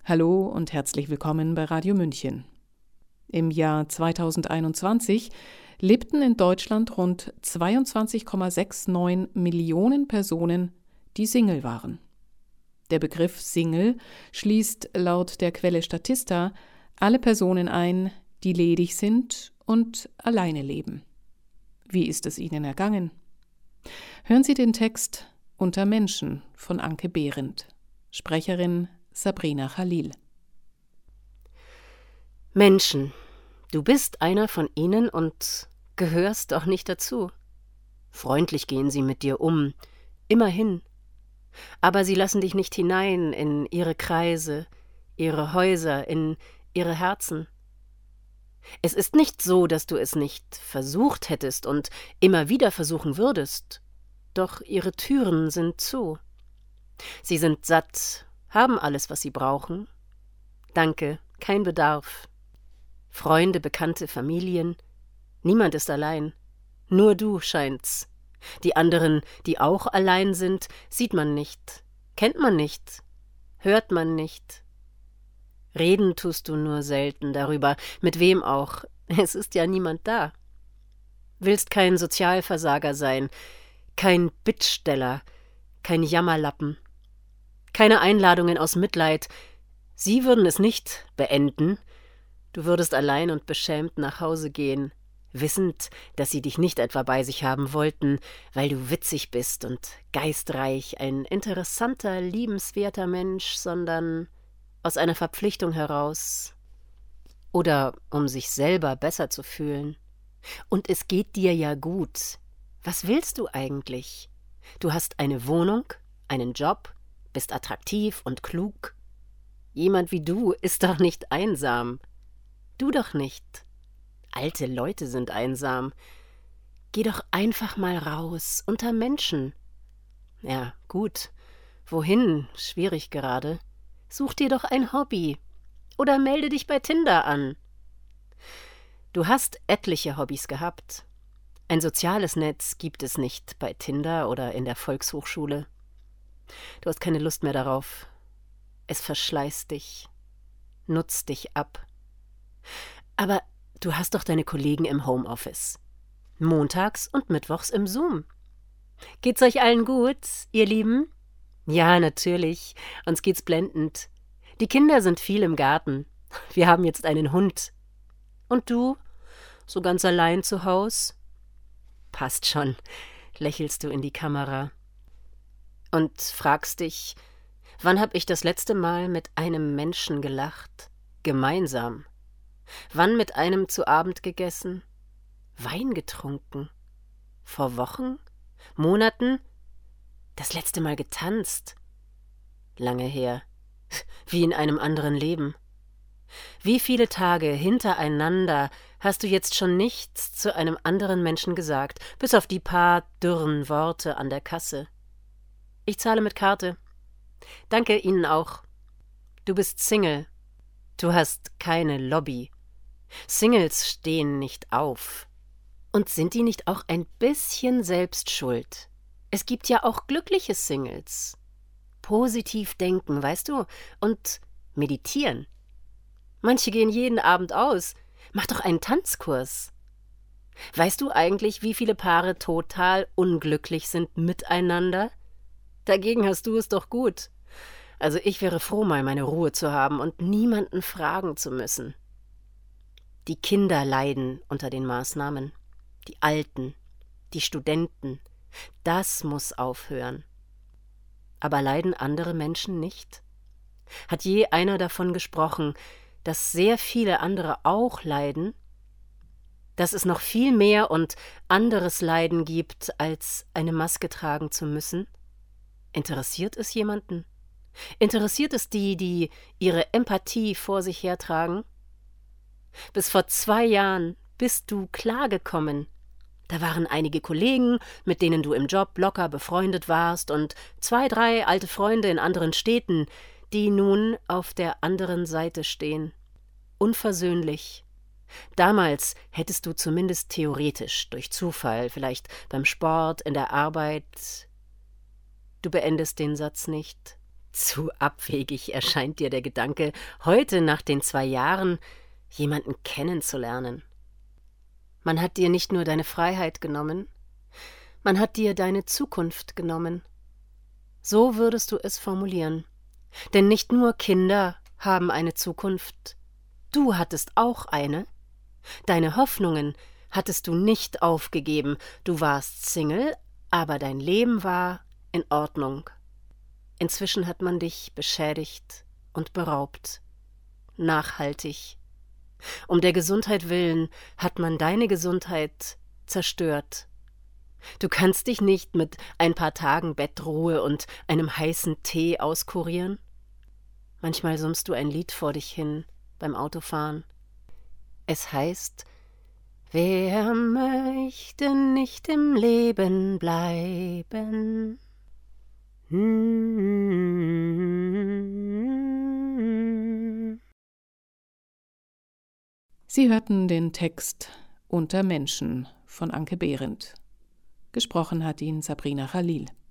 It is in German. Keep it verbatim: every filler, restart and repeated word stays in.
Hallo und herzlich willkommen bei Radio München. Im Jahr zweitausendeinundzwanzig lebten in Deutschland rund zweiundzwanzig Komma neunundsechzig Millionen Personen, die Single waren. Der Begriff Single schließt laut der Quelle Statista alle Personen ein, die ledig sind und alleine leben. Wie ist es Ihnen ergangen? Hören Sie den Text Unter Menschen von Anke Behrendt. Sprecherin Sabrina Khalil. Menschen, du bist einer von ihnen und gehörst doch nicht dazu. Freundlich gehen sie mit dir um, immerhin. Aber sie lassen dich nicht hinein in ihre Kreise, ihre Häuser, in ihre Herzen. Es ist nicht so, dass du es nicht versucht hättest und immer wieder versuchen würdest, doch ihre Türen sind zu. Sie sind satt, haben alles, was sie brauchen. Danke, kein Bedarf. Freunde, Bekannte, Familien. Niemand ist allein. Nur du scheint's. Die anderen, die auch allein sind, sieht man nicht, kennt man nicht, hört man nicht. Reden tust du nur selten darüber, mit wem auch. Es ist ja niemand da. Willst kein Sozialversager sein, kein Bittsteller, kein Jammerlappen. Keine Einladungen aus Mitleid. Sie würden es nicht beenden. Du würdest allein und beschämt nach Hause gehen, wissend, dass sie dich nicht etwa bei sich haben wollten, weil du witzig bist und geistreich, ein interessanter, liebenswerter Mensch, sondern aus einer Verpflichtung heraus oder um sich selber besser zu fühlen. Und es geht dir ja gut. Was willst du eigentlich? Du hast eine Wohnung, einen Job, bist attraktiv und klug. Jemand wie du ist doch nicht einsam. Du doch nicht. Alte Leute sind einsam. Geh doch einfach mal raus, unter Menschen. Ja, gut. Wohin? Schwierig gerade. Such dir doch ein Hobby. Oder melde dich bei Tinder an. Du hast etliche Hobbys gehabt. Ein soziales Netz gibt es nicht bei Tinder oder in der Volkshochschule. Du hast keine Lust mehr darauf. Es verschleißt dich, nutzt dich ab. Aber du hast doch deine Kollegen im Homeoffice. Montags und mittwochs im Zoom. Geht's euch allen gut, ihr Lieben? Ja, natürlich. Uns geht's blendend. Die Kinder sind viel im Garten. Wir haben jetzt einen Hund. Und du? So ganz allein zu Haus? Passt schon, lächelst du in die Kamera. Und fragst dich, wann hab ich das letzte Mal mit einem Menschen gelacht? Gemeinsam. Wann mit einem zu Abend gegessen? Wein getrunken? Vor Wochen? Monaten? Das letzte Mal getanzt? Lange her. Wie in einem anderen Leben. Wie viele Tage hintereinander hast du jetzt schon nichts zu einem anderen Menschen gesagt, bis auf die paar dürren Worte an der Kasse? Ich zahle mit Karte. Danke Ihnen auch. Du bist Single. Du hast keine Lobby. Singles stehen nicht auf. Und sind die nicht auch ein bisschen selbst schuld? Es gibt ja auch glückliche Singles. Positiv denken, weißt du, und meditieren. Manche gehen jeden Abend aus. Mach doch einen Tanzkurs. Weißt du eigentlich, wie viele Paare total unglücklich sind miteinander? Dagegen hast du es doch gut. Also ich wäre froh, mal meine Ruhe zu haben und niemanden fragen zu müssen. Die Kinder leiden unter den Maßnahmen. Die Alten, die Studenten. Das muss aufhören. Aber leiden andere Menschen nicht? Hat je einer davon gesprochen, dass sehr viele andere auch leiden? Dass es noch viel mehr und anderes Leiden gibt, als eine Maske tragen zu müssen? Interessiert es jemanden? Interessiert es die, die ihre Empathie vor sich hertragen? Bis vor zwei Jahren bist du klargekommen. Da waren einige Kollegen, mit denen du im Job locker befreundet warst, und zwei, drei alte Freunde in anderen Städten, die nun auf der anderen Seite stehen. Unversöhnlich. Damals hättest du zumindest theoretisch, durch Zufall, vielleicht beim Sport, in der Arbeit. Du beendest den Satz nicht. Zu abwegig erscheint dir der Gedanke, heute nach den zwei Jahren jemanden kennenzulernen. Man hat dir nicht nur deine Freiheit genommen, man hat dir deine Zukunft genommen. So würdest du es formulieren. Denn nicht nur Kinder haben eine Zukunft, du hattest auch eine. Deine Hoffnungen hattest du nicht aufgegeben, du warst Single, aber dein Leben war in Ordnung. Inzwischen hat man dich beschädigt und beraubt. Nachhaltig. Um der Gesundheit willen hat man deine Gesundheit zerstört. Du kannst dich nicht mit ein paar Tagen Bettruhe und einem heißen Tee auskurieren. Manchmal summst du ein Lied vor dich hin beim Autofahren. Es heißt: Wer möchte nicht im Leben bleiben? Sie hörten den Text Unter Menschen von Anke Behrendt. Gesprochen hat ihn Sabrina Khalil.